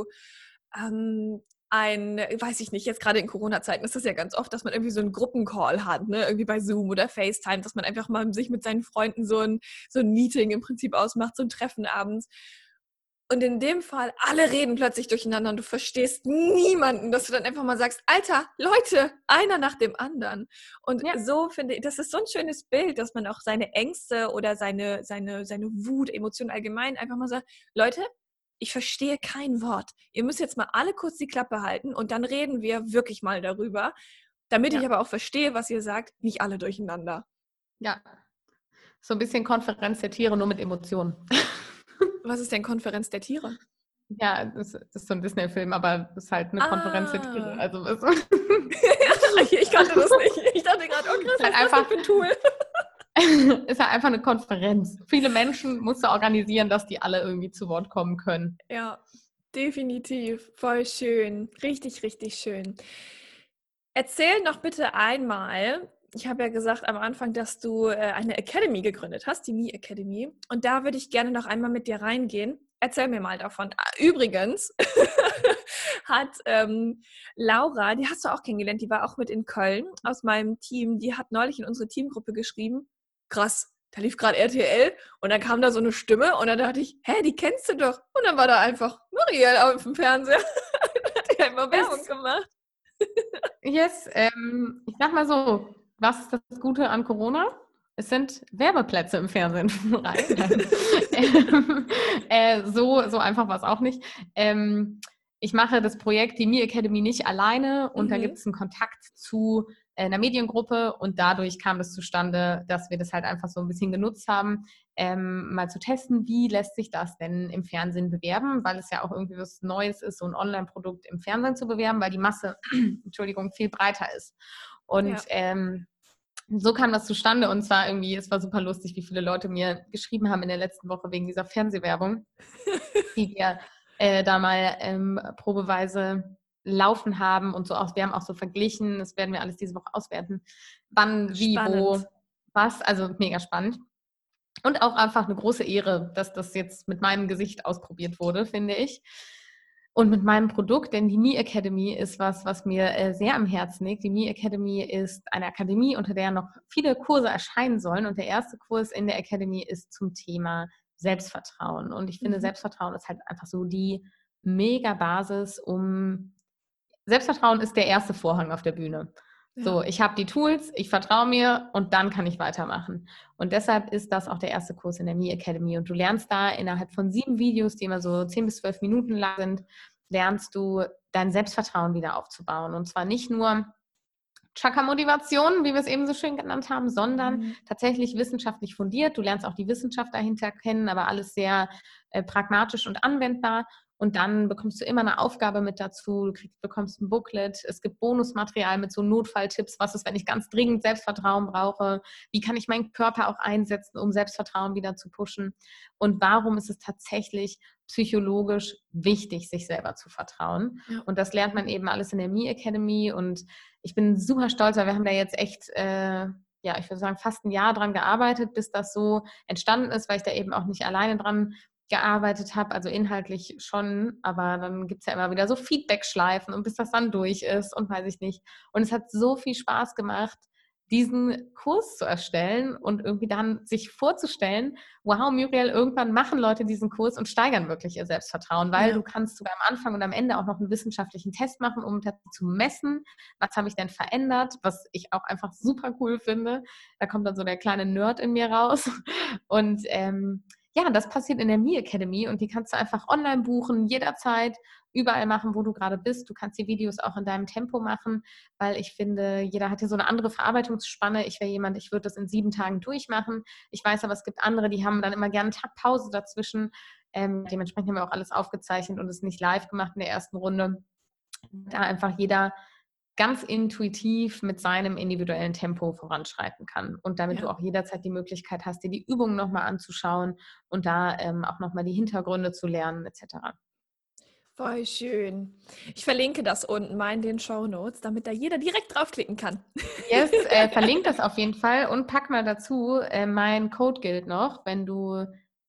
weiß ich nicht, jetzt gerade in Corona-Zeiten ist das ja ganz oft, dass man irgendwie so einen Gruppencall hat, ne? Irgendwie bei Zoom oder FaceTime, dass man einfach mal sich mit seinen Freunden so ein Meeting im Prinzip ausmacht, so ein Treffen abends. Und in dem Fall, alle reden plötzlich durcheinander und du verstehst niemanden, dass du dann einfach mal sagst, Alter, Leute, einer nach dem anderen. Und so finde ich, das ist so ein schönes Bild, dass man auch seine Ängste oder seine Wut, Emotionen allgemein einfach mal sagt, Leute, ich verstehe kein Wort. Ihr müsst jetzt mal alle kurz die Klappe halten und dann reden wir wirklich mal darüber, damit ich aber auch verstehe, was ihr sagt, nicht alle durcheinander. Ja, so ein bisschen Konferenz der Tiere, nur mit Emotionen. Was ist denn Konferenz der Tiere? Ja, das ist so ein Disney-Film, aber das ist halt eine Konferenz der Tiere. Also ich kannte das nicht. Ich dachte gerade, oh krass, was ist das für ein Tool? Ist ja einfach eine Konferenz. Viele Menschen musst du organisieren, dass die alle irgendwie zu Wort kommen können. Ja, definitiv. Voll schön. Richtig, richtig schön. Erzähl noch bitte einmal, ich habe ja gesagt am Anfang, dass du eine Academy gegründet hast, die Me Academy. Und da würde ich gerne noch einmal mit dir reingehen. Erzähl mir mal davon. Übrigens hat Laura, die hast du auch kennengelernt, die war auch mit in Köln aus meinem Team, die hat neulich in unsere Teamgruppe geschrieben, krass, da lief gerade RTL und dann kam da so eine Stimme und dann dachte ich, hä, die kennst du doch. Und dann war da einfach Muriel auf dem Fernseher. Die hat immer Werbung gemacht. Yes, ich sag mal so, was ist das Gute an Corona? Es sind Werbeplätze im Fernsehen frei. So einfach war es auch nicht. ich mache das Projekt, die Me Academy, nicht alleine und da Mhm. gibt es einen Kontakt zu einer Mediengruppe und dadurch kam es zustande, dass wir das halt einfach so ein bisschen genutzt haben, mal zu testen, wie lässt sich das denn im Fernsehen bewerben, weil es ja auch irgendwie was Neues ist, so ein Online-Produkt im Fernsehen zu bewerben, weil die Masse, Entschuldigung, viel breiter ist. Und Ja. so kam das zustande und zwar irgendwie, es war super lustig, wie viele Leute mir geschrieben haben in der letzten Woche wegen dieser Fernsehwerbung, die wir da mal probeweise laufen haben und so auch, wir haben auch so verglichen, das werden wir alles diese Woche auswerten, wann, wie, wo, Spannend. was, also mega spannend. Und auch einfach eine große Ehre, dass das jetzt mit meinem Gesicht ausprobiert wurde, finde ich. Und mit meinem Produkt, denn die Me Academy ist was mir sehr am Herzen liegt. Die Me Academy ist eine Akademie, unter der noch viele Kurse erscheinen sollen. Und der erste Kurs in der Academy ist zum Thema Selbstvertrauen. Und ich finde, Mhm. Selbstvertrauen ist halt einfach so die mega Basis, Selbstvertrauen ist der erste Vorhang auf der Bühne. Ja. So, ich habe die Tools, ich vertraue mir und dann kann ich weitermachen. Und deshalb ist das auch der erste Kurs in der Me Academy. Und du lernst da innerhalb von 7 Videos, die immer so 10 bis 12 Minuten lang sind, lernst du dein Selbstvertrauen wieder aufzubauen. Und zwar nicht nur Chakra-Motivation, wie wir es eben so schön genannt haben, sondern Mhm. tatsächlich wissenschaftlich fundiert. Du lernst auch die Wissenschaft dahinter kennen, aber alles sehr pragmatisch und anwendbar. Und dann bekommst du immer eine Aufgabe mit dazu, bekommst ein Booklet, es gibt Bonusmaterial mit so Notfalltipps, was ist, wenn ich ganz dringend Selbstvertrauen brauche, wie kann ich meinen Körper auch einsetzen, um Selbstvertrauen wieder zu pushen und warum ist es tatsächlich psychologisch wichtig, sich selber zu vertrauen. Ja. Und das lernt man eben alles in der Me Academy und ich bin super stolz, weil wir haben da jetzt echt, ja, ich würde sagen, fast ein Jahr dran gearbeitet, bis das so entstanden ist, weil ich da eben auch nicht alleine dran gearbeitet habe, also inhaltlich schon, aber dann gibt es ja immer wieder so Feedback-Schleifen und bis das dann durch ist und weiß ich nicht. Und es hat so viel Spaß gemacht, diesen Kurs zu erstellen und irgendwie dann sich vorzustellen, wow, Muriel, irgendwann machen Leute diesen Kurs und steigern wirklich ihr Selbstvertrauen, weil Ja. du kannst sogar am Anfang und am Ende auch noch einen wissenschaftlichen Test machen, um zu messen, was habe ich denn verändert, was ich auch einfach super cool finde. Da kommt dann so der kleine Nerd in mir raus und ja, das passiert in der Me Academy und die kannst du einfach online buchen, jederzeit, überall machen, wo du gerade bist. Du kannst die Videos auch in deinem Tempo machen, weil ich finde, jeder hat ja so eine andere Verarbeitungsspanne. Ich wäre jemand, ich würde das in 7 Tagen durchmachen. Ich weiß aber, es gibt andere, die haben dann immer gerne einen Tag Pause dazwischen. Dementsprechend haben wir auch alles aufgezeichnet und es nicht live gemacht in der ersten Runde. Da einfach jeder ganz intuitiv mit seinem individuellen Tempo voranschreiten kann. Und damit du Ja. auch jederzeit die Möglichkeit hast, dir die Übungen nochmal anzuschauen und da auch nochmal die Hintergründe zu lernen etc. Voll schön. Ich verlinke das unten mal in den Shownotes, damit da jeder direkt draufklicken kann. Yes, verlink das auf jeden Fall und pack mal dazu, mein Code gilt noch, wenn du,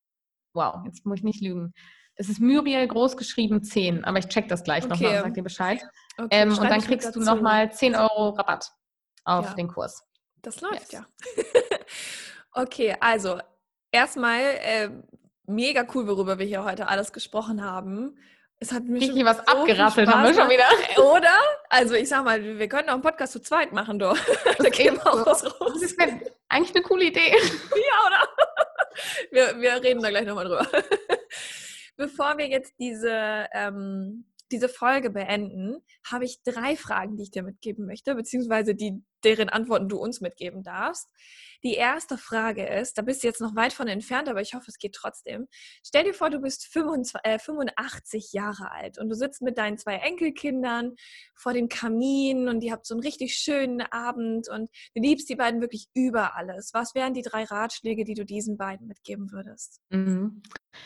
wow, jetzt muss ich nicht lügen. Es ist Muriel großgeschrieben 10, aber ich check das gleich nochmal und Okay, sag dir Bescheid. okay, Und schreibe dann ich mit kriegst du dazu. nochmal 10 € Rabatt auf Ja, den Kurs. das läuft Yes. ja. Okay, also erstmal mega cool, worüber wir hier heute alles gesprochen haben. Es hat mir schon Richtig wieder was so viel abgerasselt haben wir Spaß schon gemacht, wieder. oder? Also ich sag mal, wir können auch einen Podcast zu zweit machen, doch. Das Da ist gehen echt wir so. auch was Das raus. ist eigentlich eine coole Idee. Ja, oder? Wir reden da gleich nochmal drüber. Bevor wir jetzt diese Folge beenden, habe ich 3 Fragen, die ich dir mitgeben möchte, beziehungsweise deren Antworten du uns mitgeben darfst. Die erste Frage ist, da bist du jetzt noch weit von entfernt, aber ich hoffe, es geht trotzdem. Stell dir vor, du bist 85 Jahre alt und du sitzt mit deinen 2 Enkelkindern vor dem Kamin und ihr habt so einen richtig schönen Abend und du liebst die beiden wirklich über alles. Was wären die 3 Ratschläge, die du diesen beiden mitgeben würdest? Mhm.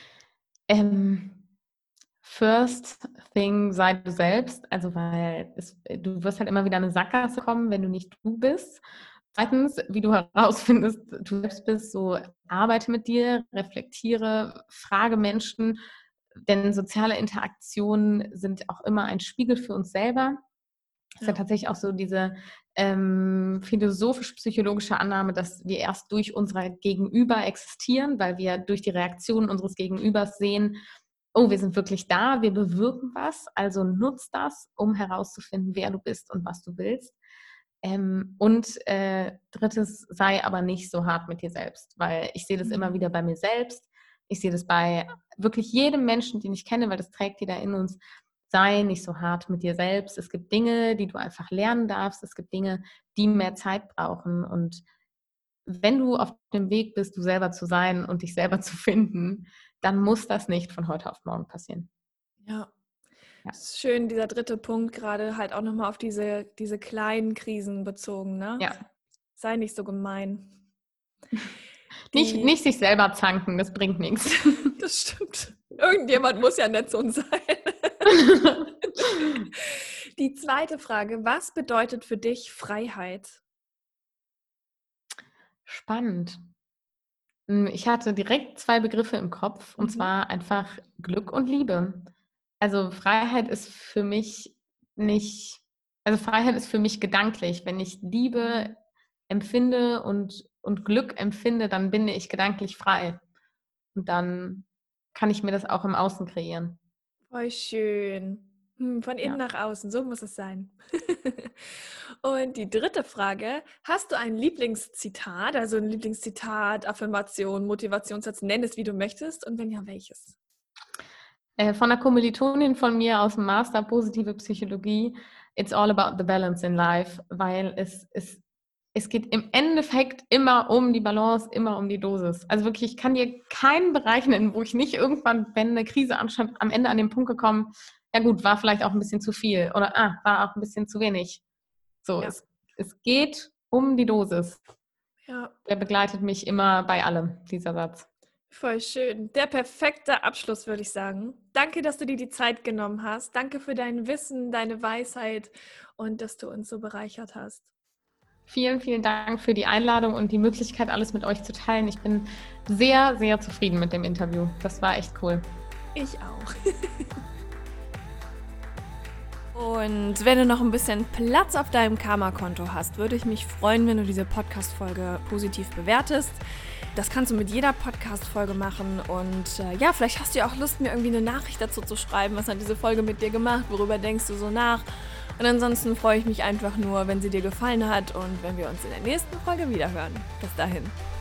First thing, sei du selbst, also weil du wirst halt immer wieder in eine Sackgasse kommen, wenn du nicht du bist. Zweitens, wie du herausfindest, du selbst bist, so arbeite mit dir, reflektiere, frage Menschen, denn soziale Interaktionen sind auch immer ein Spiegel für uns selber. Das ist ja Ja. tatsächlich auch so diese philosophisch-psychologische Annahme, dass wir erst durch unser Gegenüber existieren, weil wir durch die Reaktionen unseres Gegenübers sehen, oh, wir sind wirklich da, wir bewirken was, also nutz das, um herauszufinden, wer du bist und was du willst. Drittes, sei aber nicht so hart mit dir selbst, weil ich sehe das immer wieder bei mir selbst. Ich sehe das bei wirklich jedem Menschen, den ich kenne, weil das trägt jeder in uns. sei nicht so hart mit dir selbst. Es gibt Dinge, die du einfach lernen darfst. Es gibt Dinge, die mehr Zeit brauchen. Und wenn du auf dem Weg bist, du selber zu sein und dich selber zu finden, dann muss das nicht von heute auf morgen passieren. Ja. Ja. Das ist schön, dieser dritte Punkt gerade halt auch nochmal auf diese kleinen Krisen bezogen, ne? Ja. Sei nicht so gemein. Nicht sich selber zanken, das bringt nichts. Das stimmt. Irgendjemand muss ja nett zu uns sein. Die zweite Frage, was bedeutet für dich Freiheit? Spannend. Ich hatte direkt 2 Begriffe im Kopf, und zwar einfach Glück und Liebe. Also Freiheit ist für mich Freiheit ist für mich gedanklich. Wenn ich Liebe empfinde und Glück empfinde, dann bin ich gedanklich frei. Und dann kann ich mir das auch im Außen kreieren. Voll schön. Von innen Ja. nach außen, so muss es sein. Und die dritte Frage, hast du ein Lieblingszitat, also ein Lieblingszitat, Affirmation, Motivationssatz, nenn es wie du möchtest und wenn ja, welches? Von einer Kommilitonin von mir aus dem Master Positive Psychologie: „It's all about the balance in life", weil es geht im Endeffekt immer um die Balance, immer um die Dosis. Also wirklich, ich kann dir keinen Bereich nennen, wo ich nicht irgendwann, wenn eine Krise anstand, am Ende an den Punkt gekommen, ja gut, war vielleicht auch ein bisschen zu viel oder war auch ein bisschen zu wenig. So, Ja, es geht um die Dosis. ja, Der begleitet mich immer bei allem, dieser Satz. voll schön. Der perfekte Abschluss, würde ich sagen. Danke, dass du dir die Zeit genommen hast. Danke für dein Wissen, deine Weisheit und dass du uns so bereichert hast. Vielen, vielen Dank für die Einladung und die Möglichkeit, alles mit euch zu teilen. Ich bin sehr, sehr zufrieden mit dem Interview. Das war echt cool. Ich auch. Und wenn du noch ein bisschen Platz auf deinem Karma-Konto hast, würde ich mich freuen, wenn du diese Podcast-Folge positiv bewertest. Das kannst du mit jeder Podcast-Folge machen und ja, vielleicht hast du ja auch Lust, mir irgendwie eine Nachricht dazu zu schreiben. Was hat diese Folge mit dir gemacht? Worüber denkst du so nach? Und ansonsten freue ich mich einfach nur, wenn sie dir gefallen hat und wenn wir uns in der nächsten Folge wiederhören. Bis dahin.